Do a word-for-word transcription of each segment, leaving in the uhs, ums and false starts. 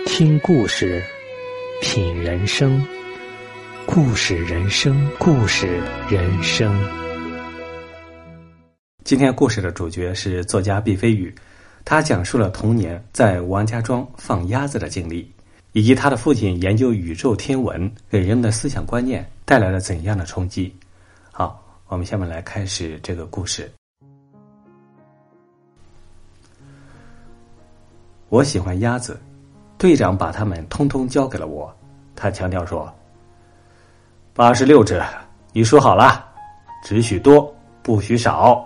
听故事，品人生，故事人生，故事人生。 今天故事的主角是作家毕飞宇，他讲述了童年在王家庄放鸭子的经历，以及他的父亲研究宇宙天文给人们的思想观念带来了怎样的冲击。好，我们下面来开始这个故事。我喜欢鸭子，队长把它们通通交给了我。他强调说：八十六只，你数好了，只许多，不许少。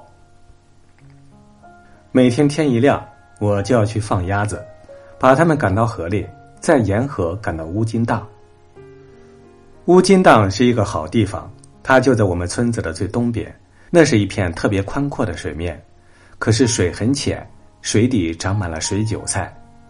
每天天一亮，我就要去放鸭子，把它们赶到河里，再沿河赶到乌金荡。乌金荡是一个好地方，它就在我们村子的最东边，那是一片特别宽阔的水面，可是水很浅，水底长满了水韭菜。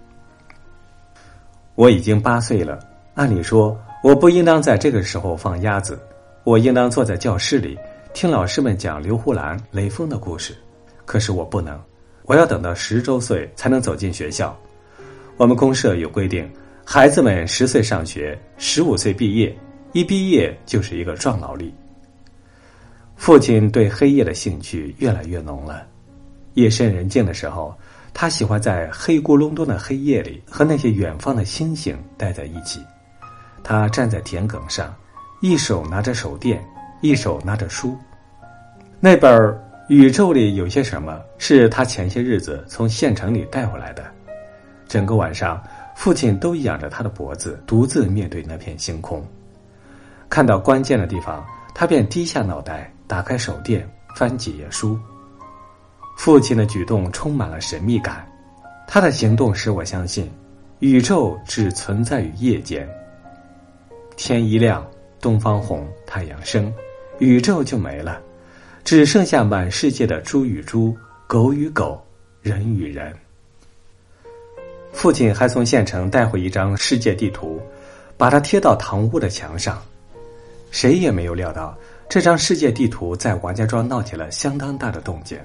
我已经八岁了，按理说我不应当在这个时候放鸭子，我应当坐在教室里听老师们讲刘胡兰、雷锋的故事。可是我不能，我要等到十周岁才能走进学校。我们公社有规定，孩子们十岁上学，十五岁毕业，一毕业就是一个壮劳力。父亲对黑夜的兴趣越来越浓了，夜深人静的时候，他喜欢在黑咕隆咚的黑夜里和那些远方的星星待在一起。他站在田埂上，一手拿着手电，一手拿着书。那本《宇宙里有些什么》是他前些日子从县城里带回来的。整个晚上，父亲都仰着他的脖子，独自面对那片星空。看到关键的地方，他便低下脑袋，打开手电，翻几页书。父亲的举动充满了神秘感，他的行动使我相信，宇宙只存在于夜间。天一亮，东方红，太阳升，宇宙就没了，只剩下满世界的猪与猪，狗与狗，人与人。父亲还从县城带回一张世界地图，把它贴到堂屋的墙上。谁也没有料到，这张世界地图在王家庄闹起了相当大的动静。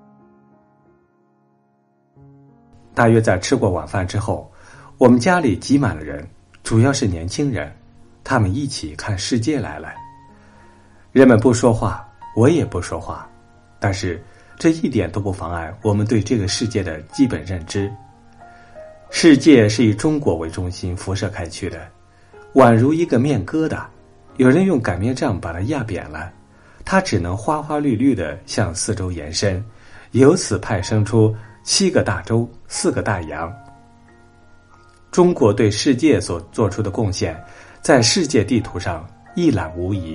大约在吃过晚饭之后，我们家里挤满了人，主要是年轻人，他们一起看世界来了。人们不说话，我也不说话，但是这一点都不妨碍我们对这个世界的基本认知。世界是以中国为中心辐射开去的，宛如一个面疙瘩，有人用擀面杖把它压扁了，它只能花花绿绿地向四周延伸，由此派生出七个大洲，四个大洋。中国对世界所做出的贡献，在世界地图上一览无遗。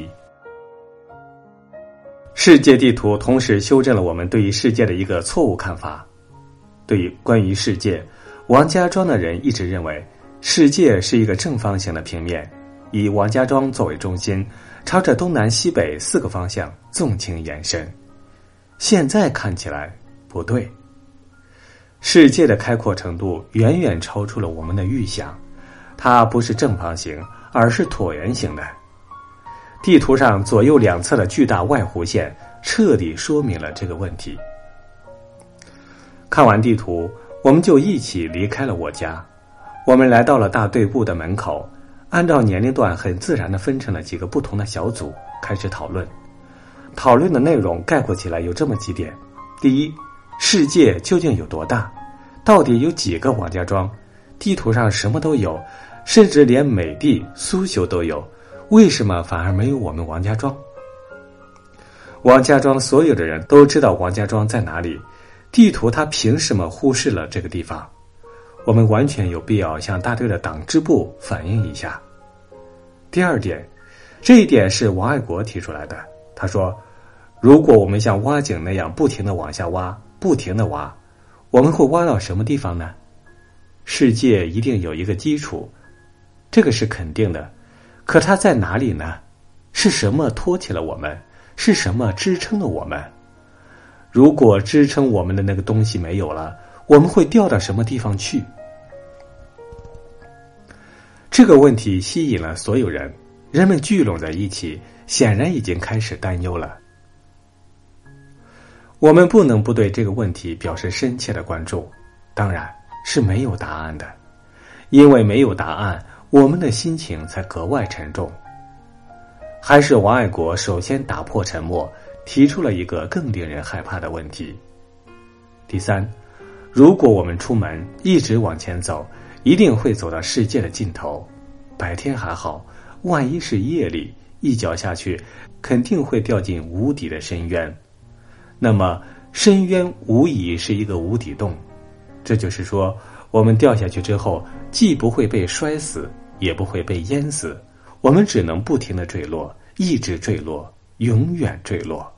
世界地图同时修正了我们对于世界的一个错误看法。对于关于世界，王家庄的人一直认为世界是一个正方形的平面，以王家庄作为中心，朝着东南西北四个方向纵情延伸。现在看起来不对，世界的开阔程度远远超出了我们的预想，它不是正方形，而是椭圆形的。地图上左右两侧的巨大外弧线彻底说明了这个问题。看完地图，我们就一起离开了我家。我们来到了大队部的门口，按照年龄段很自然地分成了几个不同的小组，开始讨论。讨论的内容概括起来有这么几点：第一，世界究竟有多大？到底有几个王家庄？地图上什么都有，甚至连美的、苏修都有，为什么反而没有我们王家庄？王家庄所有的人都知道王家庄在哪里，地图它凭什么忽视了这个地方？我们完全有必要向大队的党支部反映一下。第二点，这一点是王爱国提出来的。他说，如果我们像挖井那样不停地往下挖，不停地挖，我们会挖到什么地方呢？世界一定有一个基础，这个是肯定的，可它在哪里呢？是什么托起了我们？是什么支撑了我们？如果支撑我们的那个东西没有了，我们会掉到什么地方去？这个问题吸引了所有人，人们聚拢在一起，显然已经开始担忧了。我们不能不对这个问题表示深切的关注，当然是没有答案的， 因为没有答案，我们的心情才格外沉重。还是王爱国首先打破沉默，提出了一个更令人害怕的问题。第三，如果我们出门一直往前走，一定会走到世界的尽头。白天还好，万一是夜里，一脚下去肯定会掉进无底的深渊。那么深渊无疑是一个无底洞，这就是说，我们掉下去之后，既不会被摔死，也不会被淹死，我们只能不停地坠落，一直坠落，永远坠落。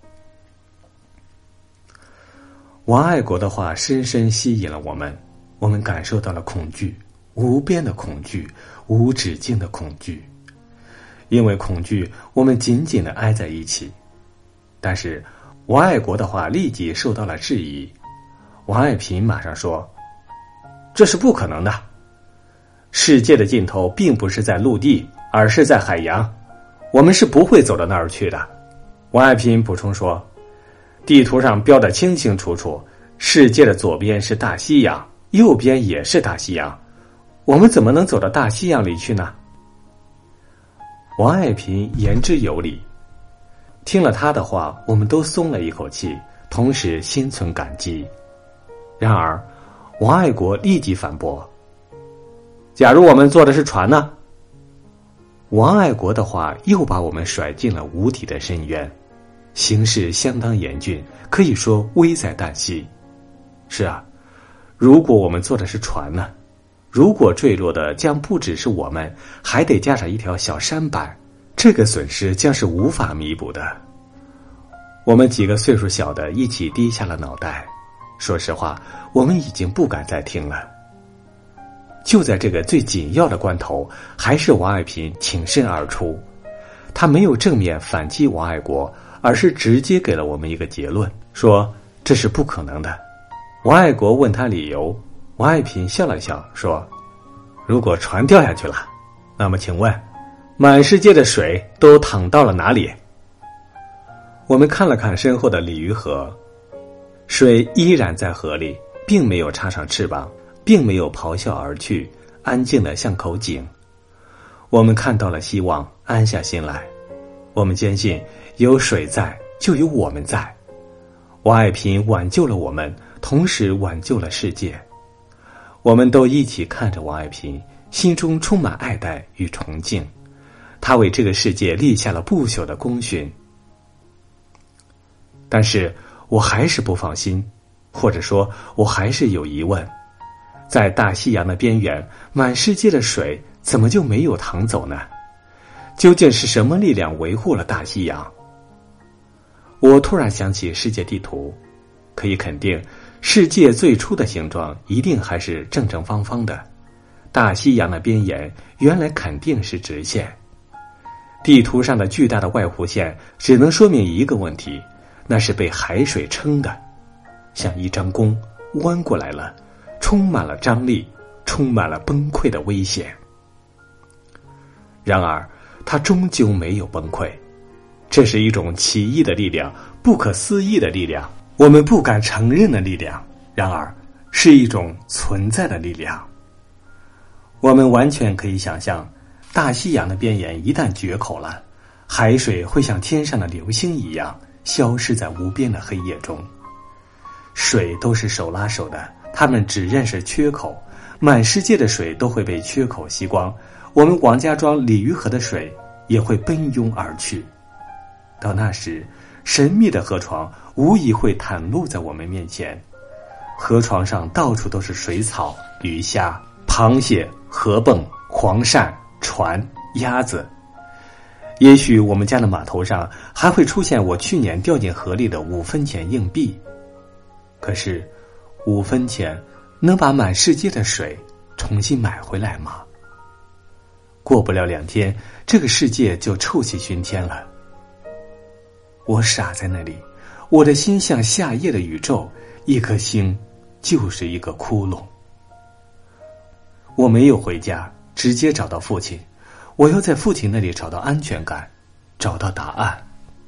王爱国的话深深吸引了我们，我们感受到了恐惧，无边的恐惧，无止境的恐惧。因为恐惧，我们紧紧地挨在一起。但是王爱国的话立即受到了质疑。王爱萍马上说，这是不可能的，世界的尽头并不是在陆地，而是在海洋，我们是不会走到那儿去的。王爱萍补充说，地图上标得清清楚楚，世界的左边是大西洋，右边也是大西洋，我们怎么能走到大西洋里去呢？王爱萍言之有理，听了他的话，我们都松了一口气，同时心存感激。然而王爱国立即反驳，假如我们坐的是船呢？王爱国的话又把我们甩进了无底的深渊，形势相当严峻，可以说危在旦夕。是啊，如果我们坐的是船呢？如果坠落的将不只是我们，还得加上一条小舢板，这个损失将是无法弥补的。我们几个岁数小的一起低下了脑袋，说实话，我们已经不敢再听了。就在这个最紧要的关头，还是王爱萍挺身而出，他没有正面反击王爱国，而是直接给了我们一个结论，说这是不可能的。王爱国问他理由，王爱萍笑了笑说，如果船掉下去了，那么请问满世界的水都淌到了哪里？我们看了看身后的鲤鱼河，水依然在河里，并没有插上翅膀，并没有咆哮而去，安静的像口井。我们看到了希望，安下心来。我们坚信有水在，就有我们在。王爱萍挽救了我们，同时挽救了世界。我们都一起看着王爱萍，心中充满爱戴与崇敬。她为这个世界立下了不朽的功勋。但是我还是不放心，或者说我还是有疑问，在大西洋的边缘，满世界的水怎么就没有淌走呢？究竟是什么力量维护了大西洋？我突然想起世界地图，可以肯定，世界最初的形状一定还是正正方方的，大西洋的边沿原来肯定是直线。地图上的巨大的外弧线只能说明一个问题，那是被海水撑的，像一张弓弯过来了，充满了张力，充满了崩溃的危险。然而它终究没有崩溃，这是一种奇异的力量，不可思议的力量，我们不敢承认的力量，然而是一种存在的力量。我们完全可以想象，大西洋的边沿一旦决口了，海水会像天上的流星一样消失在无边的黑夜中。水都是手拉手的，它们只认识缺口，满世界的水都会被缺口吸光，我们王家庄鲤鱼河的水也会奔涌而去。到那时，神秘的河床无疑会袒露在我们面前，河床上到处都是水草、鱼虾、螃蟹、河蚌、黄鳝、船、鸭子。也许我们家的码头上还会出现我去年掉进河里的五分钱硬币。可是五分钱能把满世界的水重新买回来吗？过不了两天，这个世界就臭气熏天了。我傻在那里，我的心像夏夜的宇宙，一颗星就是一个窟窿。我没有回家，直接找到父亲，我要在父亲那里找到安全感，找到答案。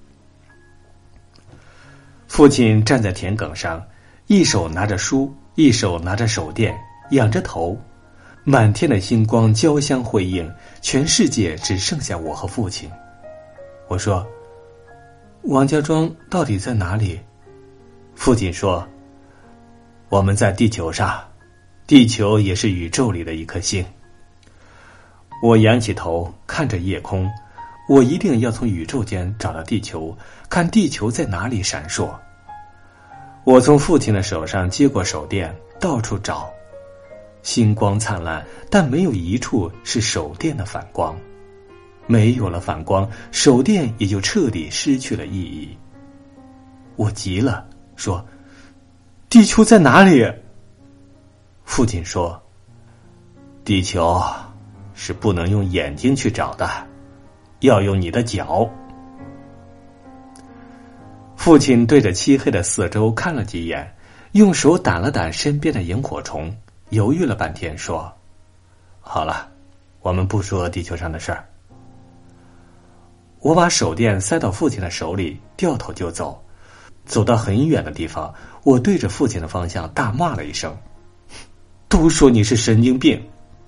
父亲站在田埂上，一手拿着书，一手拿着手电，仰着头， 满天的星光交相辉映，全世界只剩下我和父亲。我说：王家庄到底在哪里？父亲说：我们在地球上，地球也是宇宙里的一颗星。我仰起头看着夜空，我一定要从宇宙间找到地球，看地球在哪里闪烁。我从父亲的手上接过手电，到处找，星光灿烂，但没有一处是手电的反光。没有了反光，手电也就彻底失去了意义。我急了，说：地球在哪里？父亲说：地球是不能用眼睛去找的，要用你的脚。父亲对着漆黑的四周看了几眼，用手掸了掸身边的萤火虫，犹豫了半天说：好了，我们不说地球上的事儿。我把手电塞到父亲的手里，掉头就走。走到很远的地方，我对着父亲的方向大骂了一声：都说你是神经病。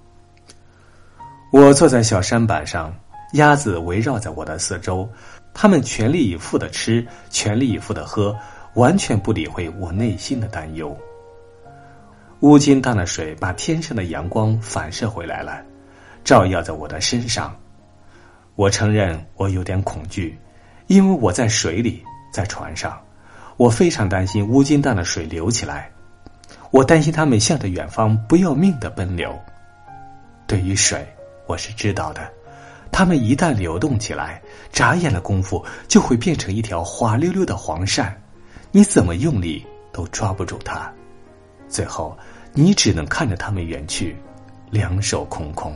我坐在小山板上，鸭子围绕在我的四周，它们全力以赴地吃，全力以赴地喝，完全不理会我内心的担忧。乌金荡的水把天上的阳光反射回来了，照耀在我的身上。我承认我有点恐惧，因为我在水里，在船上，我非常担心乌金荡的水流起来，我担心它们向着远方不要命地奔流。对于水，我是知道的，它们一旦流动起来，眨眼的功夫就会变成一条滑溜溜的黄鳝，你怎么用力都抓不住它，最后你只能看着它们远去，两手空空。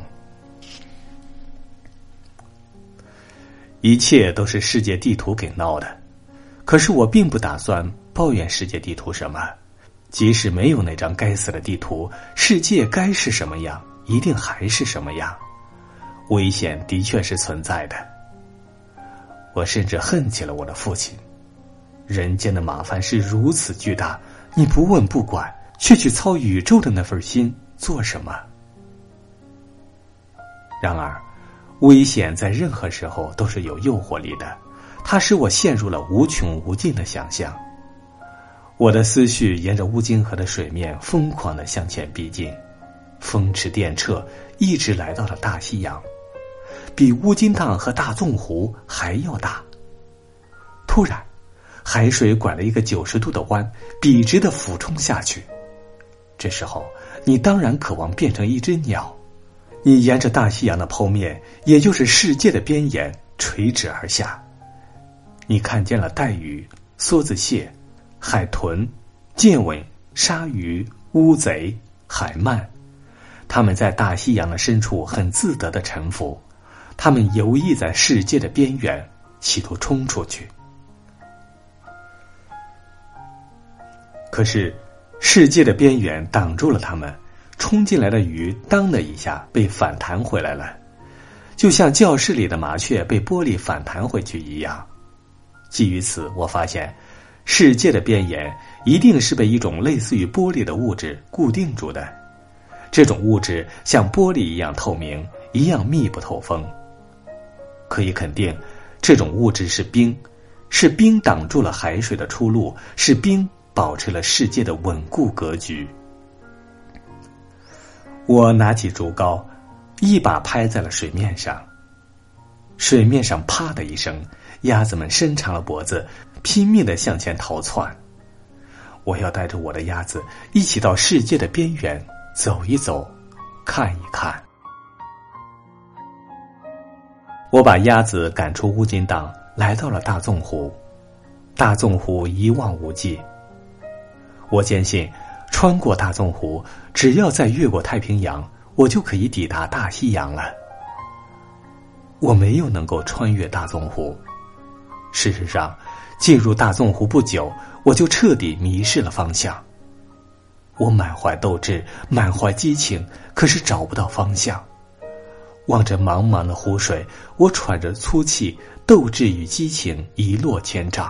一切都是世界地图给闹的，可是我并不打算抱怨世界地图什么，即使没有那张该死的地图，世界该是什么样，一定还是什么样。危险的确是存在的。我甚至恨起了我的父亲，人间的麻烦是如此巨大，你不问不管，却去操宇宙的那份心做什么？然而危险在任何时候都是有诱惑力的，它使我陷入了无穷无尽的想象。我的思绪沿着乌金河的水面疯狂地向前逼近，风驰电掣，一直来到了大西洋，比乌金荡和大纵湖还要大。突然海水拐了一个九十度的弯，笔直地俯冲下去。这时候你当然渴望变成一只鸟，你沿着大西洋的剖面，也就是世界的边沿垂直而下。你看见了带鱼、梭子蟹、海豚、剑吻、鲨鱼、乌贼、海鳗，它们在大西洋的深处很自得地沉浮，它们游弋在世界的边缘，企图冲出去。可是世界的边缘挡住了它们，冲进来的鱼当的一下被反弹回来了，就像教室里的麻雀被玻璃反弹回去一样。基于此，我发现世界的边沿一定是被一种类似于玻璃的物质固定住的，这种物质像玻璃一样透明，一样密不透风。可以肯定，这种物质是冰，是冰挡住了海水的出路，是冰保持了世界的稳固格局。我拿起竹篙，一把拍在了水面上，水面上啪的一声，鸭子们伸长了脖子，拼命地向前逃窜。我要带着我的鸭子一起到世界的边缘走一走，看一看。我把鸭子赶出乌金荡，来到了大纵湖。大纵湖一望无际，我坚信穿过大纵湖，只要再越过太平洋，我就可以抵达大西洋了。我没有能够穿越大纵湖，事实上进入大纵湖不久，我就彻底迷失了方向。我满怀斗志，满怀激情，可是找不到方向。望着茫茫的湖水，我喘着粗气，斗志与激情一落千丈。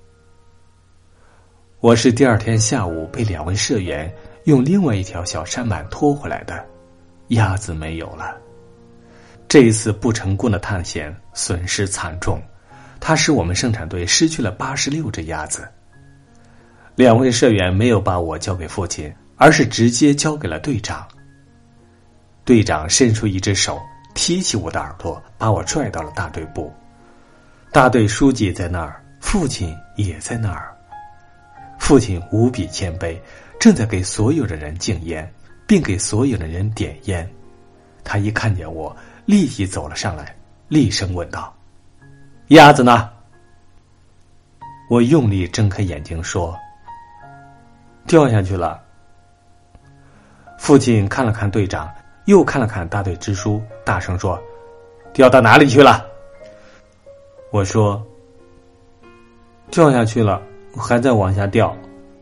我是第二天下午被两位社员用另外一条小舢板拖回来的， 鸭子没有了。这一次不成功的探险损失惨重，它使我们生产队失去了八十六只鸭子。两位社员没有把我交给父亲，而是直接交给了队长。队长伸出一只手，提起我的耳朵，把我拽到了大队部。大队书记在那儿，父亲也在那儿。父亲无比谦卑，正在给所有的人敬烟，并给所有的人点烟。他一看见我，立即走了上来，厉声问道：“鸭子呢？”我用力睁开眼睛说：“掉下去了。”父亲看了看队长，又看了看大队支书，大声说：“掉到哪里去了？”我说：“掉下去了，还在往下掉。”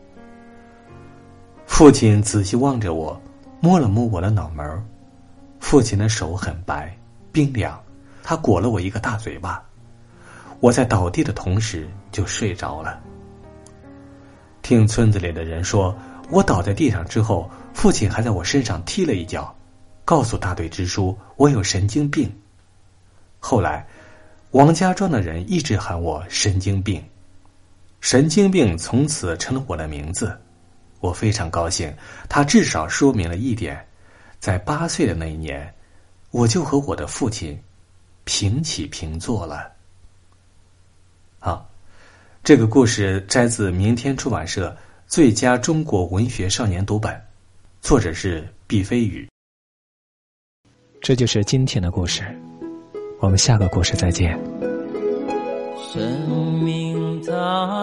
父亲仔细望着我，摸了摸我的脑门。父亲的手很白冰凉，他裹了我一个大嘴巴。我在倒地的同时就睡着了。听村子里的人说，我倒在地上之后，父亲还在我身上踢了一脚，告诉大队支书我有神经病。后来王家庄的人一直喊我神经病，神经病从此成了我的名字。我非常高兴，他至少说明了一点，在八岁的那一年，我就和我的父亲平起平坐了。好，这个故事摘自明天出版社最佳中国文学少年读本，作者是毕飞宇。 这就是今天的故事，我们下个故事再见。 生命它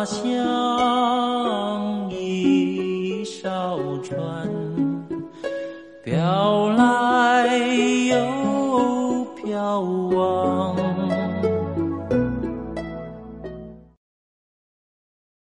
像一艘船，飘来又飘往，